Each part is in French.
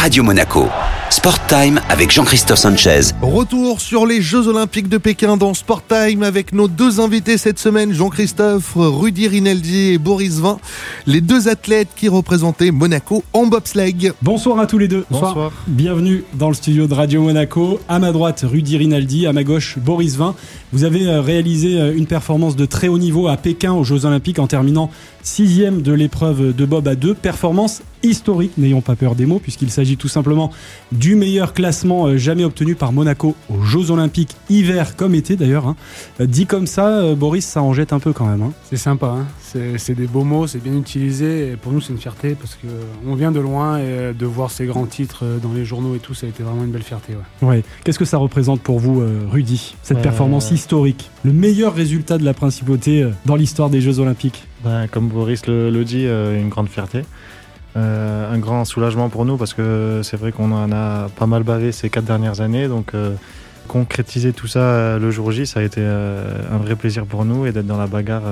Radio Monaco. Sport Time avec Jean-Christophe Sanchez. Retour sur les Jeux Olympiques de Pékin dans Sport Time avec nos deux invités cette semaine, Jean-Christophe, Rudy Rinaldi et Boris Vian, les deux athlètes qui représentaient Monaco en bobsleigh. Bonsoir à tous les deux. Bonsoir. Bienvenue dans le studio de Radio Monaco. À ma droite, Rudy Rinaldi, à ma gauche, Boris Vian. Vous avez réalisé une performance de très haut niveau à Pékin aux Jeux Olympiques en terminant 6e de l'épreuve de bob à 2. Performance historique, n'ayons pas peur des mots, puisqu'il s'agit tout simplement du meilleur classement jamais obtenu par Monaco aux Jeux Olympiques, hiver comme été d'ailleurs. Dit comme ça, Boris, ça en jette un peu quand même. C'est sympa, c'est des beaux mots, c'est bien utilisé. Et pour nous, c'est une fierté parce qu'on vient de loin et de voir ces grands titres dans les journaux et tout, ça a été vraiment une belle fierté. Ouais. Qu'est-ce que ça représente pour vous, Rudy, cette performance historique, le meilleur résultat de la principauté dans l'histoire des Jeux Olympiques? Comme Boris le dit, une grande fierté. Un grand soulagement pour nous parce que c'est vrai qu'on en a pas mal bavé ces 4 dernières années, donc concrétiser tout ça le jour J, ça a été un vrai plaisir pour nous, et d'être dans la bagarre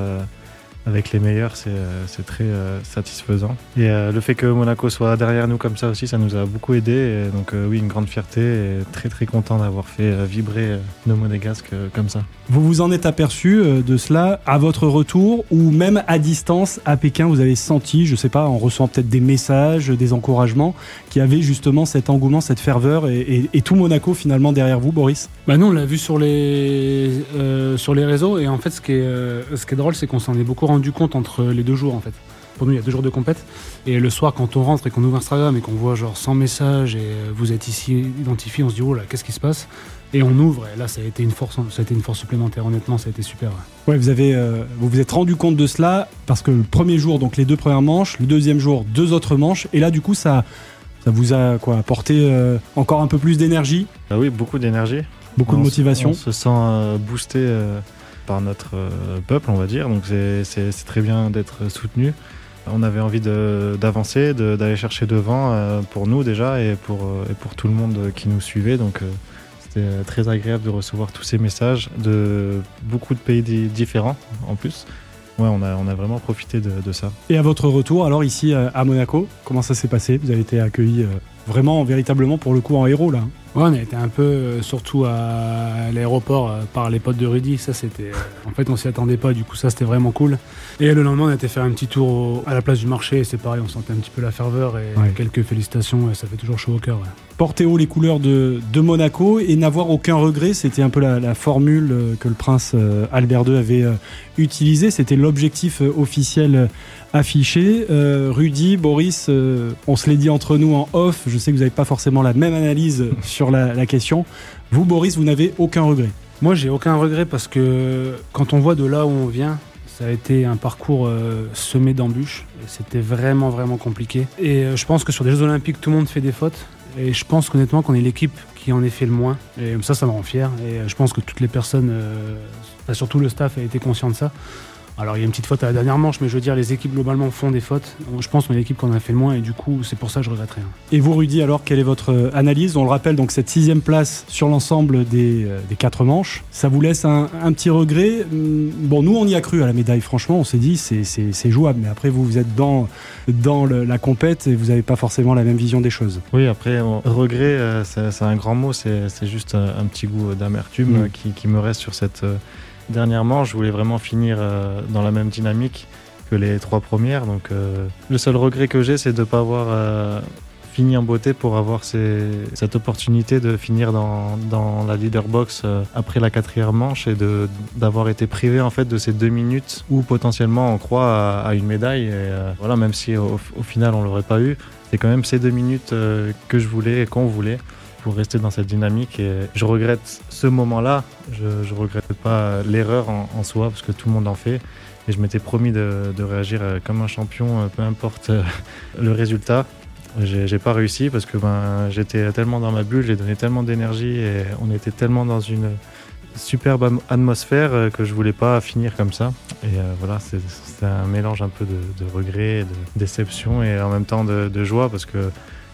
avec les meilleurs, c'est très satisfaisant. Et le fait que Monaco soit derrière nous comme ça aussi, ça nous a beaucoup aidé. Et donc oui, une grande fierté et très très content d'avoir fait vibrer nos Monégasques comme ça. Vous vous en êtes aperçu de cela à votre retour, ou même à distance à Pékin, vous avez senti, je sais pas, en recevant peut-être des messages, des encouragements, qui avaient justement cet engouement, cette ferveur et tout Monaco finalement derrière vous, Boris? Nous, on l'a vu sur les réseaux, et en fait, ce qui est drôle, c'est qu'on s'en est beaucoup rendu compte entre les 2 jours en fait. Pour nous, il y a 2 jours de compète, et le soir, quand on rentre et qu'on ouvre Instagram et qu'on voit genre 100 messages et vous êtes ici identifié, on se dit oh là, qu'est-ce qui se passe? Et on ouvre, et là ça a été une force supplémentaire, honnêtement, ça a été super. Ouais, vous vous êtes rendu compte de cela parce que le premier jour, donc les 2 premières manches, le deuxième jour, 2 autres manches, et là du coup ça vous a apporté encore un peu plus d'énergie? Oui, beaucoup d'énergie. Beaucoup de motivation. On se sent boosté par notre peuple, on va dire, donc c'est très bien d'être soutenu. On avait envie d'avancer, d'aller chercher devant pour nous déjà, et pour tout le monde qui nous suivait, donc c'était très agréable de recevoir tous ces messages de beaucoup de pays différents en plus. Ouais, on a vraiment profité de ça. Et à votre retour, alors ici à Monaco, comment ça s'est passé? Vous avez été accueillis vraiment, véritablement pour le coup en héros là? Ouais, on a été un peu, surtout à l'aéroport, par les potes de Rudy. Ça, c'était. En fait, on s'y attendait pas, du coup, ça, c'était vraiment cool. Et le lendemain, on a été faire un petit tour à la place du marché, et c'est pareil, on sentait un petit peu la ferveur, et quelques félicitations, et ça fait toujours chaud au cœur. Ouais. Porter haut les couleurs de Monaco et n'avoir aucun regret, c'était un peu la formule que le prince Albert II avait utilisée. C'était l'objectif officiel affiché. Rudy, Boris, on se l'est dit entre nous en off, je sais que vous n'avez pas forcément la même analyse sur la question. Vous, Boris, vous n'avez aucun regret? Moi, j'ai aucun regret parce que quand on voit de là où on vient, ça a été un parcours semé d'embûches. C'était vraiment, vraiment compliqué. Et je pense que sur des Jeux Olympiques, tout le monde fait des fautes. Et je pense qu'honnêtement qu'on est l'équipe qui en ait fait le moins. Et ça me rend fier. Et je pense que toutes les personnes, surtout le staff, a été conscient de ça. Alors il y a une petite faute à la dernière manche, mais je veux dire, les équipes globalement font des fautes. Je pense qu'on est l'équipe qui en a fait le moins, et du coup c'est pour ça que je regrette rien. Et vous, Rudy, alors quelle est votre analyse? On le rappelle, donc cette 6e place sur l'ensemble des 4 manches, ça vous laisse un petit regret? Bon, nous on y a cru à la médaille, franchement, on s'est dit c'est jouable, mais après vous êtes dans la compète et vous n'avez pas forcément la même vision des choses. Oui, après regret, c'est un grand mot, c'est juste un petit goût d'amertume qui me reste sur cette dernière manche. Je voulais vraiment finir dans la même dynamique que les 3 premières, donc le seul regret que j'ai, c'est de ne pas avoir fini en beauté pour avoir cette opportunité de finir dans la leader box après la 4e manche, et d'avoir été privé en fait de ces 2 minutes où potentiellement on croit à une médaille, et voilà, même si au final on l'aurait pas eu, c'est quand même ces 2 minutes que je voulais et qu'on voulait pour rester dans cette dynamique. Et je regrette ce moment-là, je regrette pas l'erreur en soi, parce que tout le monde en fait, et je m'étais promis de réagir comme un champion, peu importe le résultat. J'ai pas réussi parce que j'étais tellement dans ma bulle, j'ai donné tellement d'énergie, et on était tellement dans une superbe atmosphère que je voulais pas finir comme ça. Et voilà, c'est un mélange un peu de regret, de déception, et en même temps de joie, parce que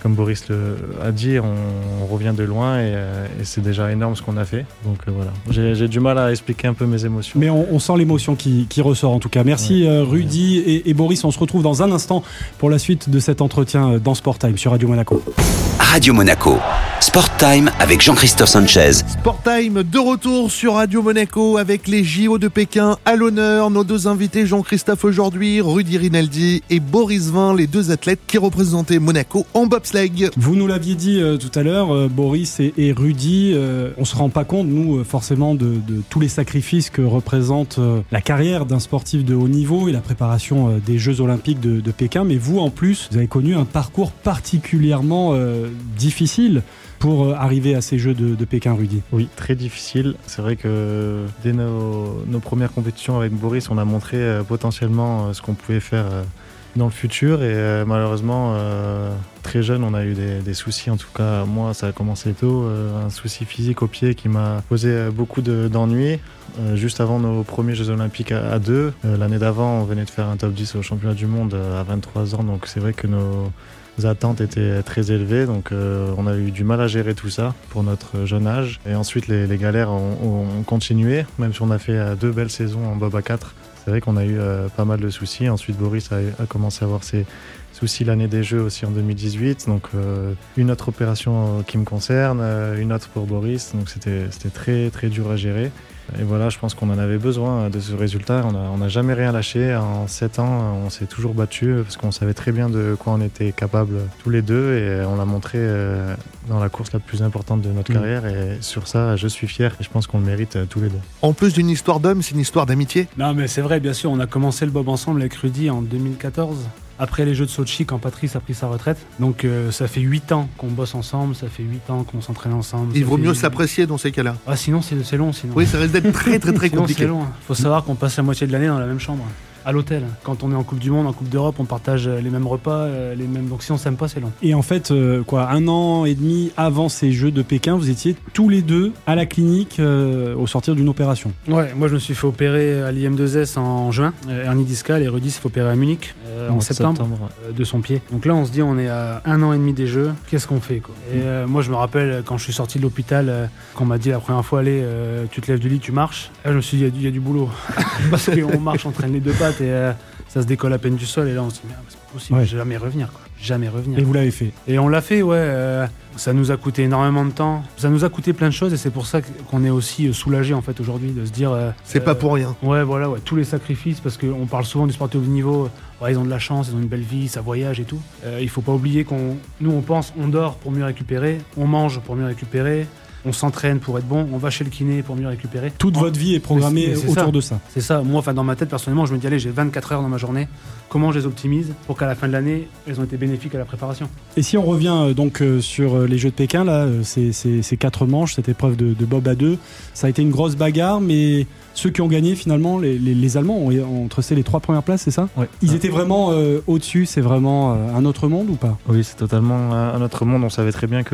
comme Boris a dit, on revient de loin et c'est déjà énorme ce qu'on a fait. Donc voilà, j'ai du mal à expliquer un peu mes émotions. Mais on sent l'émotion qui ressort en tout cas. Merci Rudy et Boris, on se retrouve dans un instant pour la suite de cet entretien dans Sport Time sur Radio Monaco. Radio Monaco, Sport Time avec Jean-Christophe Sanchez. Sport Time de retour sur Radio Monaco avec les JO de Pékin à l'honneur. Nos deux invités, Jean-Christophe aujourd'hui, Rudy Rinaldi et Boris Vian, les deux athlètes qui représentaient Monaco en bobsleigh. Vous nous l'aviez dit tout à l'heure, Boris et Rudy, on se rend pas compte, nous, forcément, de tous les sacrifices que représente la carrière d'un sportif de haut niveau et la préparation des Jeux Olympiques de Pékin. Mais vous, en plus, vous avez connu un parcours particulièrement difficile pour arriver à ces Jeux de Pékin, Rudy. Oui, très difficile. C'est vrai que dès nos premières compétitions avec Boris, on a montré potentiellement ce qu'on pouvait faire dans le futur et malheureusement, très jeune, on a eu des soucis. En tout cas, moi, ça a commencé tôt. Un souci physique au pied qui m'a posé beaucoup d'ennuis. Juste avant nos premiers Jeux Olympiques à 2. L'année d'avant, on venait de faire un top 10 au championnat du monde à 23 ans. Donc c'est vrai que nos attentes étaient très élevées, donc on a eu du mal à gérer tout ça pour notre jeune âge. Et ensuite les galères ont continué, même si on a fait 2 belles saisons en bob à 4. C'est vrai qu'on a eu pas mal de soucis. Ensuite Boris a commencé à avoir ses soucis l'année des Jeux aussi en 2018, donc une autre opération qui me concerne, une autre pour Boris, donc c'était très très dur à gérer. Et voilà, je pense qu'on en avait besoin de ce résultat. On n'a jamais rien lâché. En 7 ans, on s'est toujours battu parce qu'on savait très bien de quoi on était capable tous les deux et on l'a montré dans la course la plus importante de notre carrière. Et sur ça, je suis fier et je pense qu'on le mérite tous les deux. En plus d'une histoire d'homme, c'est une histoire d'amitié. Non, mais c'est vrai, bien sûr. On a commencé le bob ensemble avec Rudy en 2014. Après les Jeux de Sochi, quand Patrice a pris sa retraite. Donc ça fait 8 ans qu'on bosse ensemble, ça fait 8 ans qu'on s'entraîne ensemble. Il vaut mieux s'apprécier dans ces cas-là. Ah, sinon c'est long. Sinon. Oui, ça risque d'être très très très compliqué. C'est long. Il faut savoir qu'on passe la moitié de l'année dans la même chambre. À l'hôtel. Quand on est en Coupe du Monde, en Coupe d'Europe, on partage les mêmes repas, les mêmes. Donc si on s'aime pas, c'est long. Et en fait, 1 an et demi avant ces Jeux de Pékin, vous étiez tous les deux à la clinique au sortir d'une opération. Ouais, moi je me suis fait opérer à l'IM2S en juin, hernie discale, et Rudy s'est fait opérer à Munich en septembre de son pied. Donc là, on se dit, on est à 1 an et demi des Jeux, qu'est-ce qu'on fait quoi. Et moi, je me rappelle quand je suis sorti de l'hôpital, qu'on m'a dit la première fois, allez, tu te lèves du lit, tu marches. Là, je me suis dit, il y a du boulot. Parce qu'on marche, on traîne les 2 pattes. Et ça se décolle à peine du sol et là on se dit merde, c'est pas possible, jamais revenir quoi. Jamais revenir. Et vous l'avez fait. Et on l'a fait, ouais. Ça nous a coûté énormément de temps. Ça nous a coûté plein de choses et c'est pour ça qu'on est aussi soulagé en fait aujourd'hui de se dire. C'est pas pour rien. Ouais, voilà, ouais. Tous les sacrifices parce qu'on parle souvent du sportif de haut niveau. Ouais, ils ont de la chance, ils ont une belle vie, ça voyage et tout. Il faut pas oublier nous on pense, on dort pour mieux récupérer, on mange pour mieux récupérer. On s'entraîne pour être bon, on va chez le kiné pour mieux récupérer. Toute votre vie est programmée autour de ça. C'est ça. Moi, dans ma tête, personnellement, je me dis, allez, j'ai 24 heures dans ma journée. Comment je les optimise pour qu'à la fin de l'année, elles ont été bénéfiques à la préparation. Et si on revient donc sur les Jeux de Pékin, là, ces 4 manches, cette épreuve de bob à 2, ça a été une grosse bagarre, mais ceux qui ont gagné finalement, les Allemands ont tracé les 3 premières places, c'est ça? Ouais. Ils étaient vraiment au-dessus, c'est vraiment un autre monde ou pas? Oui, c'est totalement un autre monde. On savait très bien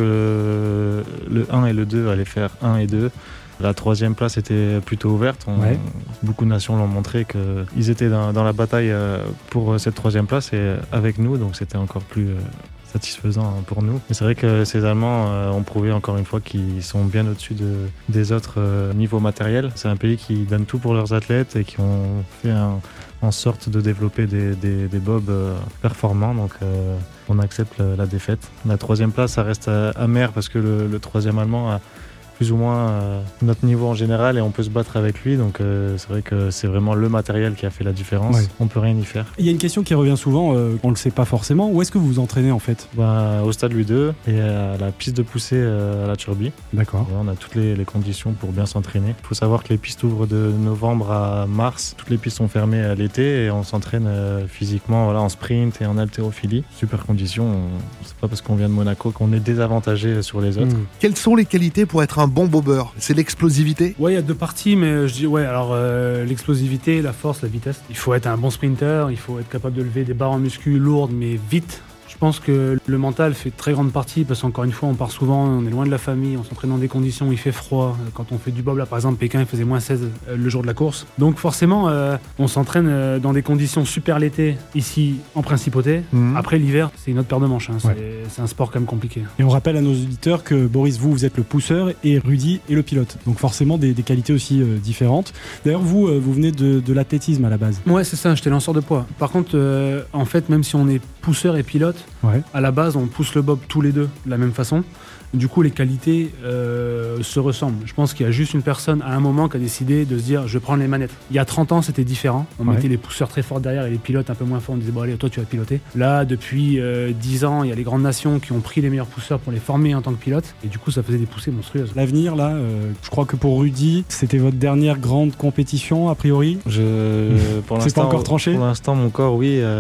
que le 1 et le 2 allaient faire 1 et 2. La 3e place était plutôt ouverte. Beaucoup de nations l'ont montré qu'ils étaient dans la bataille pour cette 3e place et avec nous, donc c'était encore plus satisfaisant pour nous. Mais c'est vrai que ces Allemands ont prouvé encore une fois qu'ils sont bien au-dessus des autres niveaux matériels. C'est un pays qui donne tout pour leurs athlètes et qui ont fait en sorte de développer des bobs performants. Donc on accepte la défaite. La 3e place, ça reste amer parce que le 3e Allemand a plus ou moins notre niveau en général et on peut se battre avec lui, donc c'est vrai que c'est vraiment le matériel qui a fait la différence. On peut rien y faire. Il y a une question qui revient souvent, on le sait pas forcément, où est-ce que vous vous entraînez en fait? Au stade Louis II et à la piste de poussée à la Turbie. D'accord. On a toutes les conditions pour bien s'entraîner. Il faut savoir que les pistes ouvrent de novembre à mars, toutes les pistes sont fermées à l'été et on s'entraîne physiquement en sprint et en haltérophilie. Super conditions, c'est pas parce qu'on vient de Monaco qu'on est désavantagé sur les autres. Quelles sont les qualités pour être un bon bobeur? C'est l'explosivité? Ouais, il y a 2 parties, mais je dis l'explosivité, la force, la vitesse. Il faut être un bon sprinter, il faut être capable de lever des barres en muscu lourdes, mais vite. Je pense que le mental fait très grande partie parce qu'encore une fois, on part souvent, on est loin de la famille, on s'entraîne dans des conditions où il fait froid. Quand on fait du bob, là par exemple, Pékin, il faisait moins 16 le jour de la course. Donc forcément, on s'entraîne dans des conditions super l'été, ici en principauté. Après l'hiver, c'est une autre paire de manches. C'est un sport quand même compliqué. Et on rappelle à nos auditeurs que Boris, vous êtes le pousseur et Rudy est le pilote. Donc forcément des qualités aussi différentes. D'ailleurs, vous venez de l'athlétisme à la base. Ouais, c'est ça, j'étais lanceur de poids. Par contre, en fait, même si on est pousseur et pilote, à la base, on pousse le bob tous les deux de la même façon. Du coup, les qualités se ressemblent. Je pense qu'il y a juste une personne à un moment qui a décidé de se dire je vais prendre les manettes. Il y a 30 ans, c'était différent. On mettait les pousseurs très forts derrière et les pilotes un peu moins forts. On disait bon allez, toi tu vas piloter. Là, depuis 10 ans, il y a les grandes nations qui ont pris les meilleurs pousseurs pour les former en tant que pilotes. Et du coup, ça faisait des poussées monstrueuses. L'avenir, là, je crois que pour Rudy, c'était votre dernière grande compétition, a priori. C'est pas encore tranché. Pour l'instant, mon corps,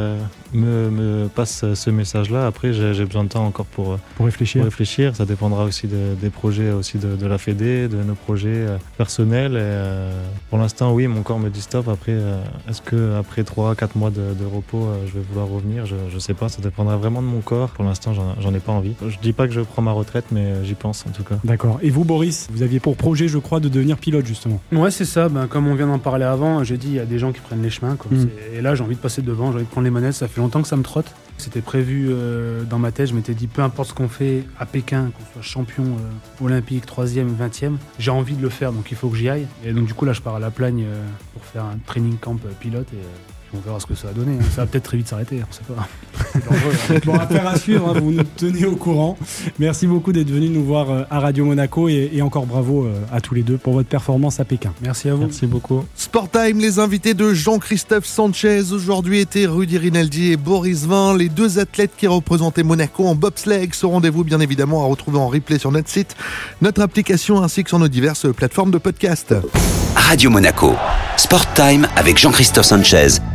me passe ce message-là. Après, j'ai besoin de temps encore pour réfléchir. Ça dépendra aussi des projets aussi de la Fédé, de nos projets personnels. Et, pour l'instant, oui, mon corps me dit stop. Après, est-ce que après 3-4 mois de repos, je vais vouloir revenir? Je sais pas. Ça dépendra vraiment de mon corps. Pour l'instant, j'en ai pas envie. Je dis pas que je prends ma retraite, mais j'y pense en tout cas. D'accord. Et vous, Boris, vous aviez pour projet, je crois, de devenir pilote justement. Ouais, c'est ça. Comme on vient d'en parler avant, j'ai dit il y a des gens qui prennent les chemins. Et là, j'ai envie de passer devant. J'ai envie de prendre les manettes. Ça fait longtemps que ça me trotte. C'était prévu dans ma tête, je m'étais dit peu importe ce qu'on fait à Pékin, qu'on soit champion olympique, 3e, 20e, j'ai envie de le faire, donc il faut que j'y aille. Et donc du coup là je pars à La Plagne pour faire un training camp pilote et on verra ce que ça va donner. Ça va peut-être très vite s'arrêter, on sait pas. C'est dangereux. Bon, affaire à suivre, vous nous tenez au courant. Merci beaucoup d'être venu nous voir à Radio Monaco et encore bravo à tous les deux pour votre performance à Pékin. Merci à vous. Merci beaucoup. Sport Time, les invités de Jean-Christophe Sanchez. Aujourd'hui étaient Rudy Rinaldi et Boris Vian, les deux athlètes qui représentaient Monaco en bobsleigh. Ce rendez-vous, bien évidemment, à retrouver en replay sur notre site, notre application ainsi que sur nos diverses plateformes de podcast. Radio Monaco, Sport Time avec Jean-Christophe Sanchez.